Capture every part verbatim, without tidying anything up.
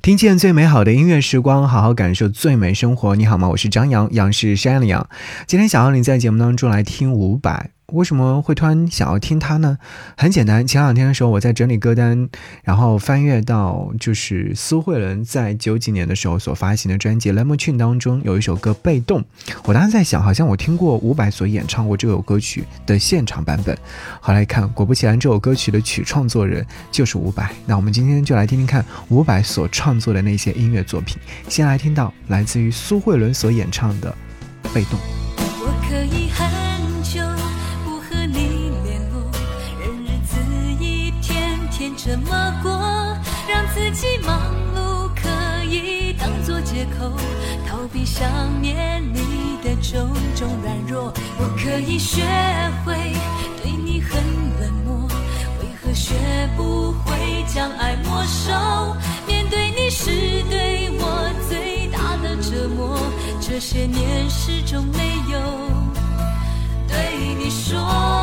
听见最美好的音乐时光，好好感受最美生活。你好吗？我是张扬，杨是山的杨。今天想要你在节目当中来听伍佰。为什么会突然想要听他呢？很简单，前两天的时候我在整理歌单，然后翻阅到就是苏慧伦在九几年的时候所发行的专辑《Lemon Tree》当中有一首歌《被动》，我当时在想，好像我听过伍佰所演唱过这首歌曲的现场版本。后来一看，果不其然，这首歌曲的曲创作人就是伍佰。那我们今天就来听听看伍佰所创作的那些音乐作品。先来听到来自于苏慧伦所演唱的《被动》。 我可以很久不和你联络，任日子一天天这么过，让自己忙碌可以当作借口，逃避想念你的种种软弱。我可以学会对你很冷漠，为何学不会将爱没收？面对你是对我最大的折磨，这些年始终没有对你说。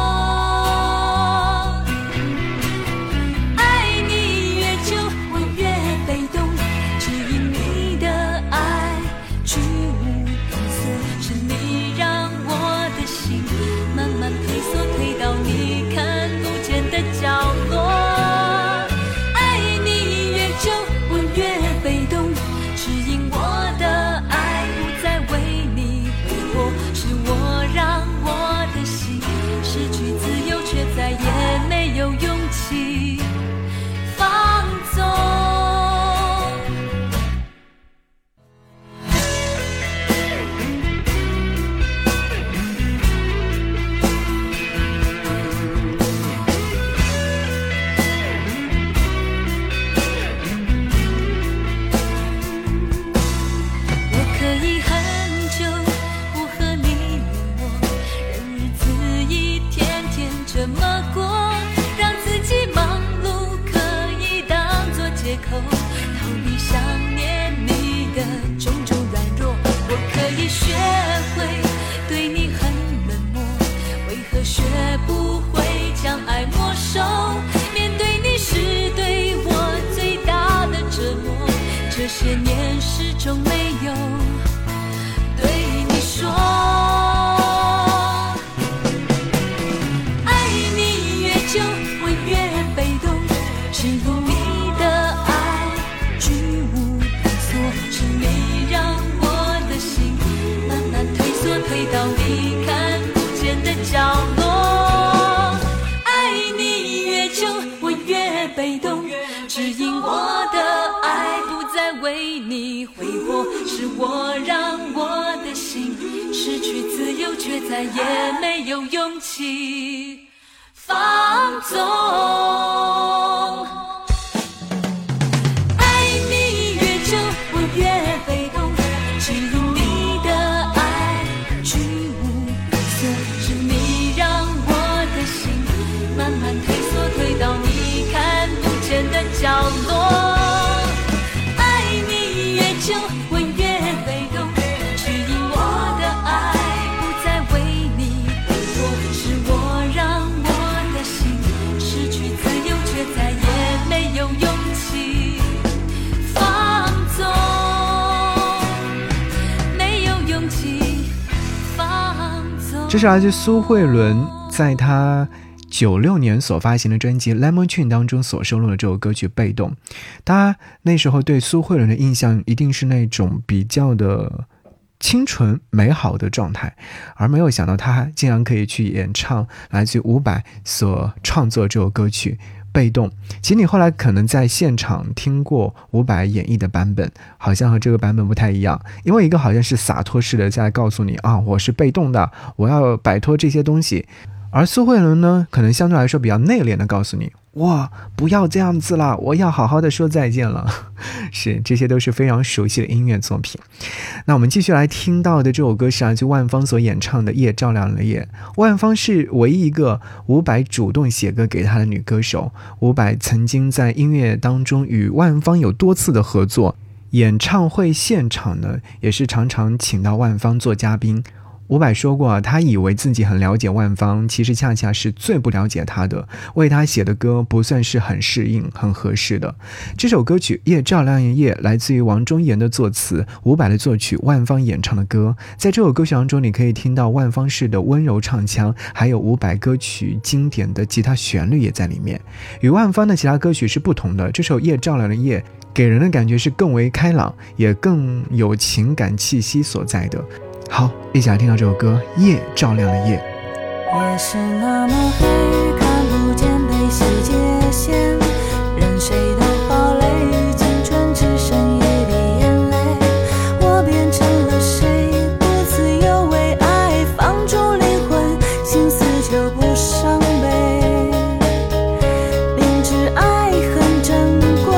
爱你越久我越被动，只因你的爱居无定所，是你让我的心慢慢退缩，退到你看不见的角落。爱你越久我越被动，只因我的爱不再为你挥霍，是我让我的心失去自由，却再也没有勇气放纵。逃避想念你的种种软弱，我可以学会对你很冷漠，为何学不会将爱没收？面对你是对我最大的折磨，这些年始终没有对你说。爱你越久我越被动，只因你退到你看不见的角落。爱你越久我越被动，只因我的爱不再为你挥霍，是我让我的心失去自由，却再也没有勇气放纵。爱你越久我越被动，只因到你看不见的角落。爱你越久我越被动，只因我的爱不再为你挥霍，是我让我的心失去自由，却再也没有勇气放纵，没有勇气放纵。 这是来自苏慧伦在她九六年所发行的专辑《Lemon Tree》当中所收录的这首歌曲《被动》。大家那时候对苏慧伦的印象一定是那种比较的清纯美好的状态，而没有想到她竟然可以去演唱来自于伍佰所创作这首歌曲《被动》。其实你后来可能在现场听过伍佰演绎的版本，好像和这个版本不太一样，因为一个好像是洒脱式的在告诉你啊，我是被动的，我要摆脱这些东西。而苏慧伦呢，可能相对来说比较内敛的告诉你，哇，不要这样子啦，我要好好的说再见了。是，这些都是非常熟悉的音乐作品。那我们继续来听到的这首歌是来自万芳所演唱的《夜照亮了夜》。万芳是唯一一个伍佰主动写歌给他的女歌手，伍佰曾经在音乐当中与万芳有多次的合作，演唱会现场呢也是常常请到万芳做嘉宾。 伍佰说过，他以为自己很了解万芳，其实恰恰是最不了解他的，为他写的歌不算是很适应很合适的。这首歌曲《夜照亮的夜》来自于王中岩的作词，伍佰的作曲，万芳演唱的歌。在这首歌曲当中，你可以听到万芳式的温柔唱腔，还有伍佰歌曲经典的吉他旋律也在里面。与万芳的其他歌曲是不同的，这首《夜照亮的夜》给人的感觉是更为开朗，也更有情感气息所在的。好，一起来听到这首歌《夜照亮的夜》。 夜是那么黑，看不见悲喜界限，任谁都好累，青春只剩一滴眼泪。我变成了谁，不自由为爱放逐灵魂，心思就不伤悲。明知爱很珍贵，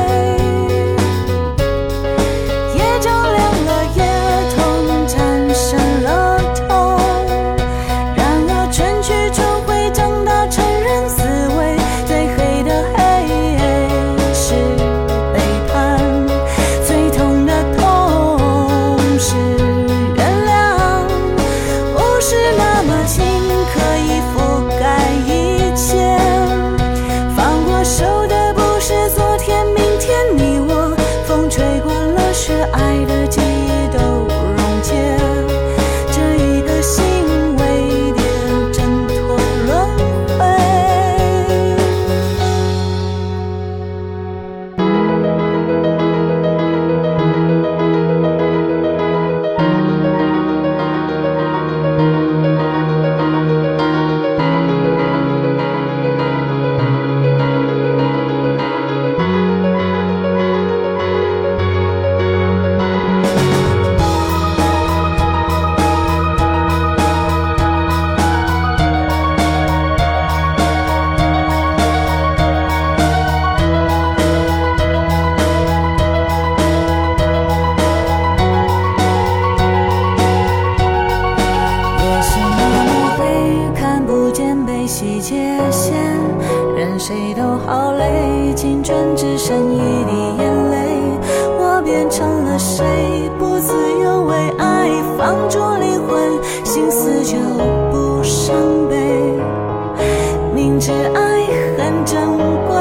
夜照亮了夜，痛战胜了痛。然而春去春会，长大成人思维，最黑的黑是背叛，最痛的痛是原谅。不是那么轻可以覆盖一切，放过手的不是昨天明天，你我风吹过了雪，爱的记忆都溶解，这一颗心为蝶挣脱轮回。夜是那么黑，看不见悲喜界限，任谁都好累，青春只剩一滴眼泪。我变成了谁，不自由为爱放逐灵魂，心思就不伤悲。明知爱很珍贵，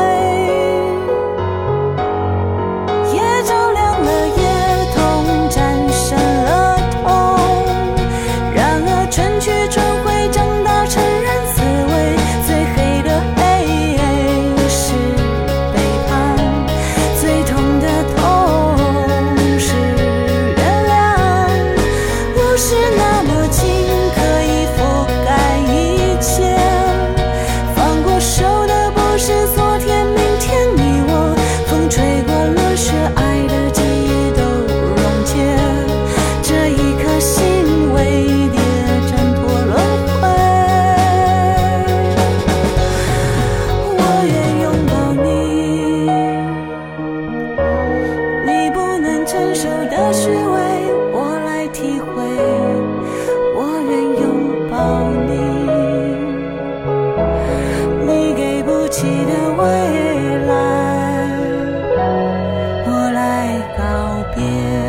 夜照亮了夜，痛战胜了痛。然而春去春会，长大成人思维，最黑的黑是背叛，最痛的痛是原谅。不是那么轻可以覆盖一切，放过手的不是昨天明天，你我风吹过了雪，爱的记忆都溶解，这一颗心为蝶挣脱轮回。我愿拥抱你，你不能承受的虚伪，我来体会。我愿拥抱你，你给不起的未来，我来告别。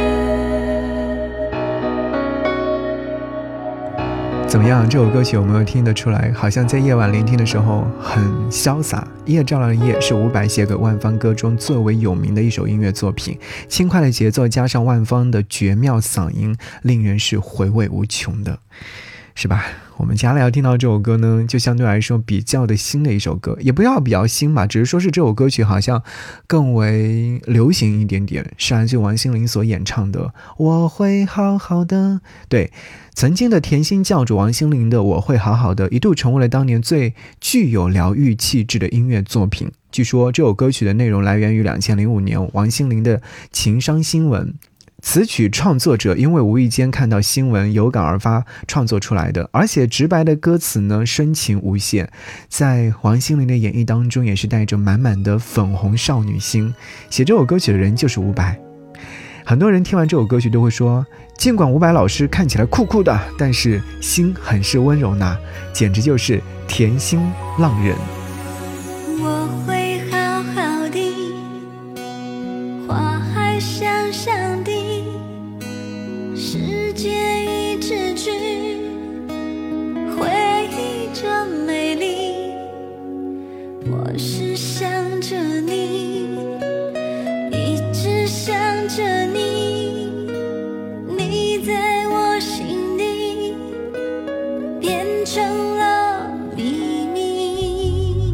怎么样？这首歌曲有没有听得出来？好像在夜晚聆听的时候很潇洒。夜照亮的夜是伍佰写给万芳歌中最为有名的一首音乐作品，轻快的节奏加上万芳的绝妙嗓音，令人是回味无穷的，是吧？我们接下来要听到这首歌呢，就相对来说比较的新的一首歌，也不要比较新吧，只是说是这首歌曲好像更为流行一点点，是来自王心凌所演唱的《我会好好的》。对，曾经的甜心教主王心凌的《我会好好的》一度成为了当年最具有疗愈气质的音乐作品。据说这首歌曲的内容来源于二零零五年王心凌的情伤新闻，词曲创作者因为无意间看到新闻有感而发创作出来的，而且直白的歌词呢深情无限，在王心凌的演绎当中也是带着满满的粉红少女心。写这首歌曲的人就是伍佰。很多人听完这首歌曲都会说，尽管伍佰老师看起来酷酷的，但是心很是温柔呢，简直就是甜心浪人。 我会好好的，花还香香的，世界一直转， 着你，你在我心底变成了秘密。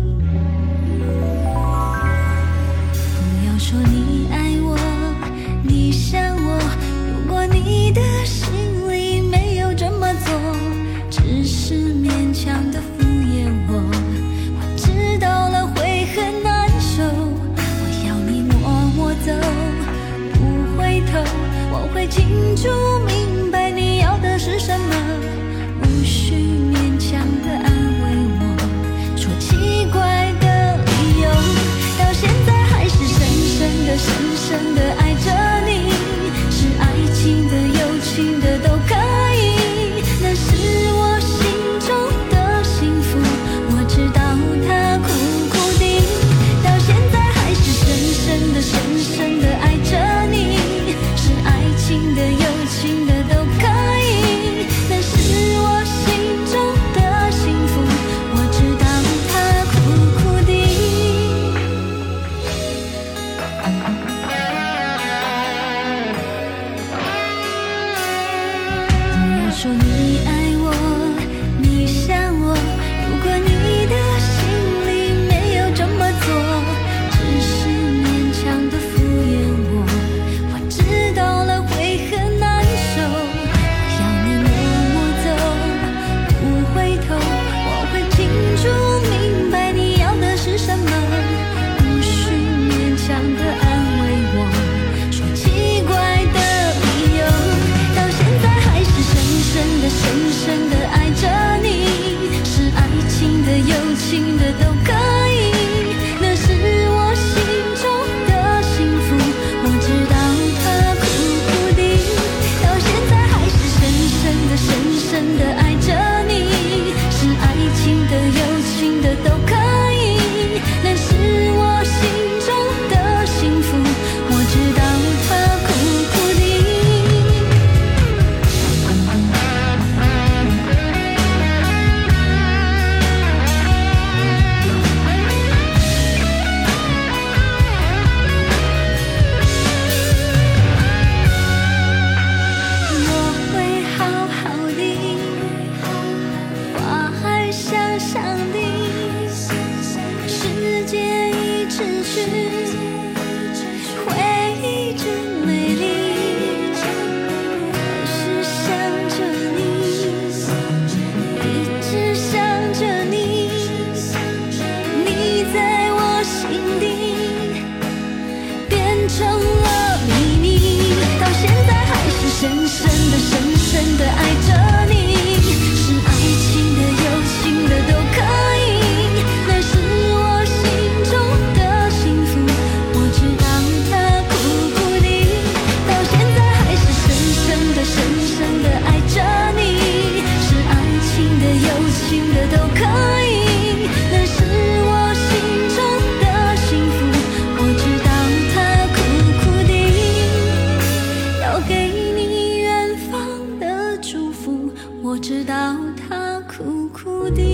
不要说你爱我，你想我，如果你的心里没有这么做，只是勉强的敷衍我，我知道了会很难受。我要你默默走，不回头，我会清楚明白你要的是什么，无需勉强的安慰我，说奇怪的理由，到现在还是深深的深深的爱着你，是爱情的友情的都可以，那是我心中的幸福，我知道它苦苦的，到现在还是深深的深深的爱着你，是爱情的友情的都可以，那是我心中的幸福，我知道它苦苦的。不要说你爱我，你想我，如果你的心里没有这么做，只是勉强的敷衍我，我知道了会很难受。我要你默默走，不回头，我会清楚明白你要的是什么，无需勉强的安慰我，说奇怪的理由，到现在还是深深的深深的爱着你，是爱情的友情的都可以，那是我心中的幸福，我知道它苦苦的，到现在还是深深的深深的爱着你，是爱情的友情的都可以，那是我心中的幸福，我知道它苦苦的。我会好好的，花还香香的，时间一直去，回忆真美丽，我是想着你，一直想着你，你在我心底变成了秘密，到现在还是深深的深深的爱着你，是爱情的友情的都可以，那是我心中的幸福，我知道它苦苦的，到现在还是深深的深深的爱着你，是爱情的友情的都可以，那是我心中的幸福，我知道它苦苦的，要给你远方的祝福，我知道它苦苦的。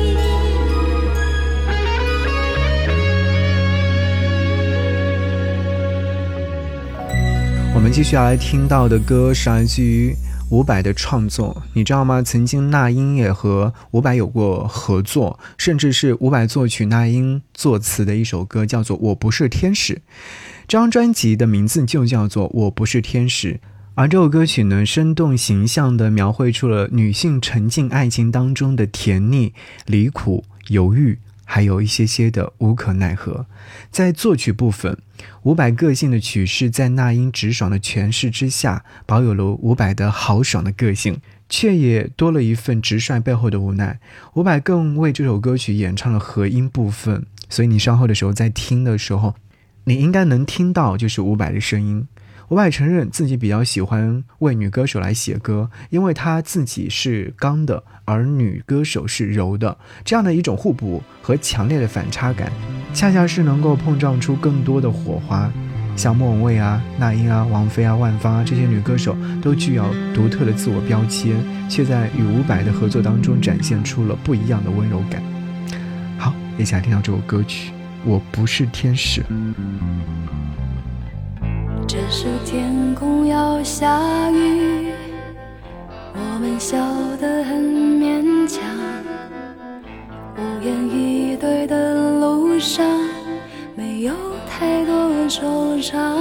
我们继续要来听到的歌是来自于伍佰的创作，你知道吗？曾经那英也和伍佰有过合作，甚至是伍佰作曲那英作词的一首歌，叫做《我不是天使》。这张专辑的名字就叫做《我不是天使》，而这首歌曲呢，生动形象地描绘出了女性沉浸爱情当中的甜腻、离苦、犹豫，还有一些些的无可奈何。在作曲部分，伍佰个性的曲式在那英直爽的诠释之下，保有了伍佰的豪爽的个性，却也多了一份直率背后的无奈。伍佰更为这首歌曲演唱了和音部分，所以你稍后的时候在听的时候，你应该能听到就是伍佰的声音。伍佰承认自己比较喜欢为女歌手来写歌，因为他自己是刚的，而女歌手是柔的，这样的一种互补和强烈的反差感，恰恰是能够碰撞出更多的火花。像莫文蔚啊、那英啊、王菲啊、万芳啊，这些女歌手都具有独特的自我标签，却在与伍佰的合作当中展现出了不一样的温柔感。好，一起来听到这首歌曲《我不是天使》。 这时天空要下雨，我们笑得很勉强，无言以对的路上没有太多惆怅，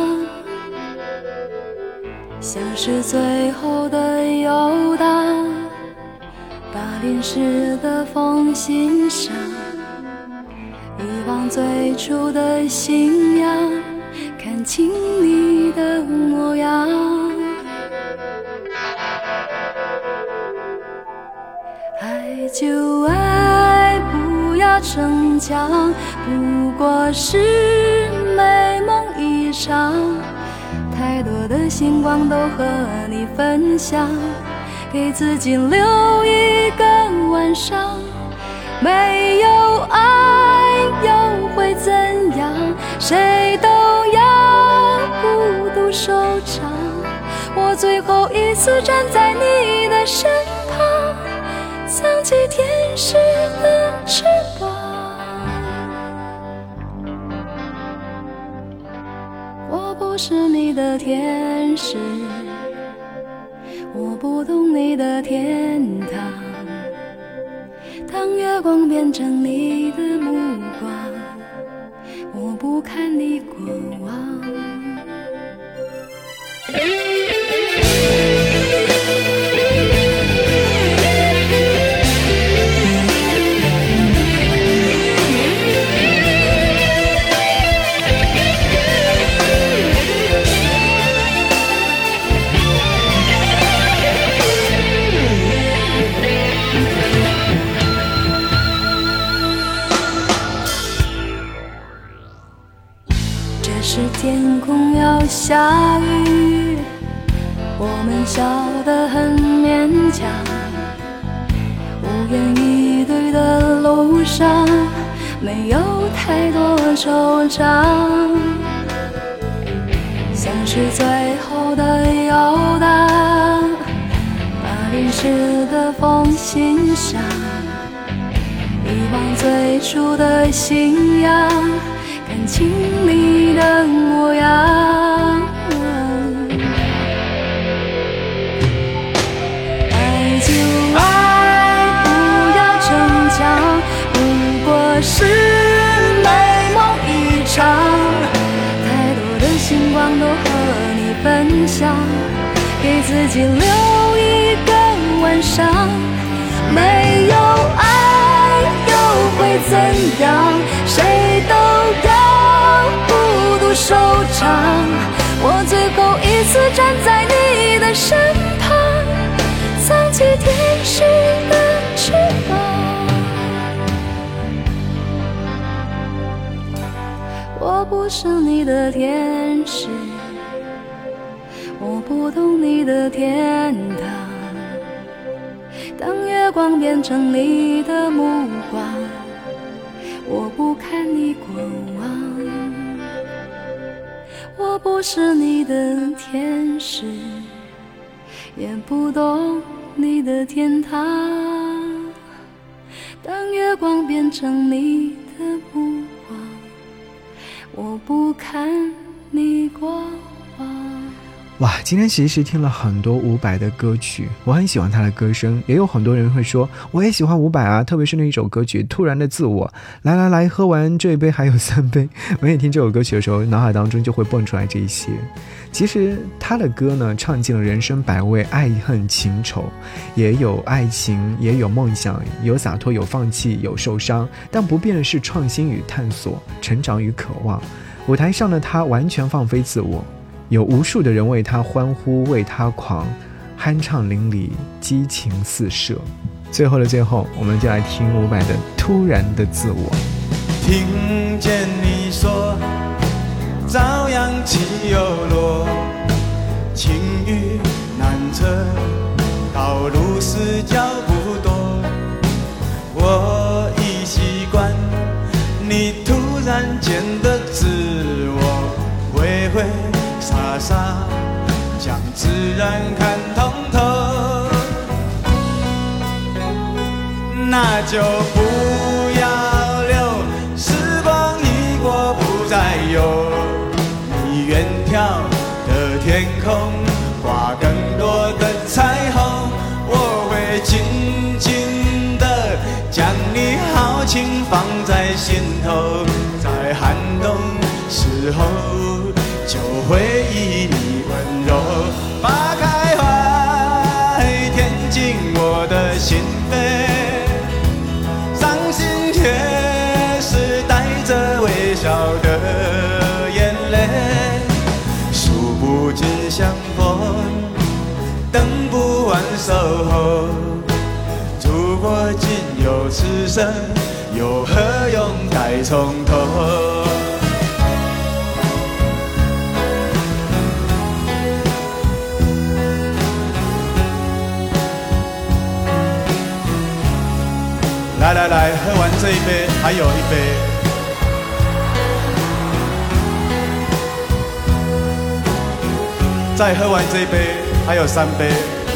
像是最后的游荡，把淋湿的风欣赏，遗忘最初的信仰，看清你的模样。爱就爱，不要逞强，不过是美梦一场，太多的星光都和你分享，给自己留一个晚上。没有爱又会怎样？谁都要孤独收场。我最后一次站在你的身旁，藏起天使的翅膀。我不是你的天使，我不懂你的天堂。当月光变成你的目光，我不看你过往。天空要下雨，我们笑得很勉强，无言以对的路上没有太多惆怅，像是最后的游荡，把淋湿的风欣赏，遗忘最初的信仰，看清你的模样。爱就爱，不要逞强，不过是美梦一场，太多的星光都和你分享，给自己留一个晚上。没有爱又会怎样？谁都要孤独收场。我最后一次站在你的身旁，藏起天使的翅膀。我不是你的天使，我不懂你的天堂。当月光变成你的目光，我不看你过往。我不是你的天使，也不懂你的天堂。当月光变成你的目光，我不看你过往。 哇，今天其实听了很多伍佰的歌曲，我很喜欢他的歌声，也有很多人会说我也喜欢伍佰啊，特别是那一首歌曲《突然的自我》，来来来，喝完这一杯还有三杯。每天听这首歌曲的时候，脑海当中就会蹦出来这一些。其实他的歌呢，唱尽了人生百味，爱恨情仇，也有爱情，也有梦想，有洒脱，有放弃，有受伤，但不变的是创新与探索，成长与渴望。舞台上的他完全放飞自我，有无数的人为他欢呼，为他狂，酣畅淋漓，激情四射。最后的最后，我们就来听伍佰的《突然的自我》。 听见你说朝阳起又落，晴雨难测，道路是脚不多。我已习惯你突然间的自我，挥挥洒洒将自然看通透，那就不要留，时光一过不再有，你远眺天空挂更多的彩虹，我会紧紧地将你豪情放在心头，在寒冬时候就会以你温柔把开怀填进我的心扉，伤心却是带着微笑的眼泪，数不尽相逢，等不完守候，如果仅有此生，又何用再从头？来来来，喝完这一杯，还有一杯。再喝完这一杯，还有三杯。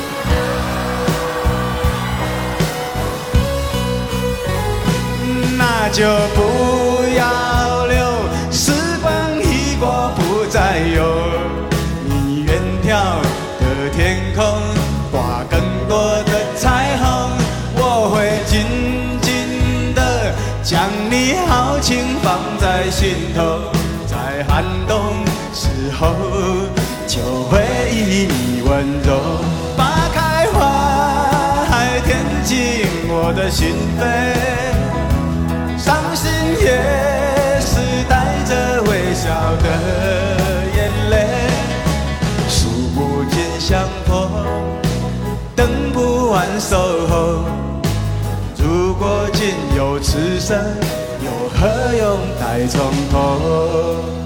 那就不要留，时光一过不再有。你远眺的天空挂更多的彩虹，我会紧紧地将你豪情放在心头，在寒冬时候就会以你温柔把开怀填进我的心扉，伤心也是带着微笑的眼泪，数不尽相逢，等不完守候，如果仅有此生，又何用再从头？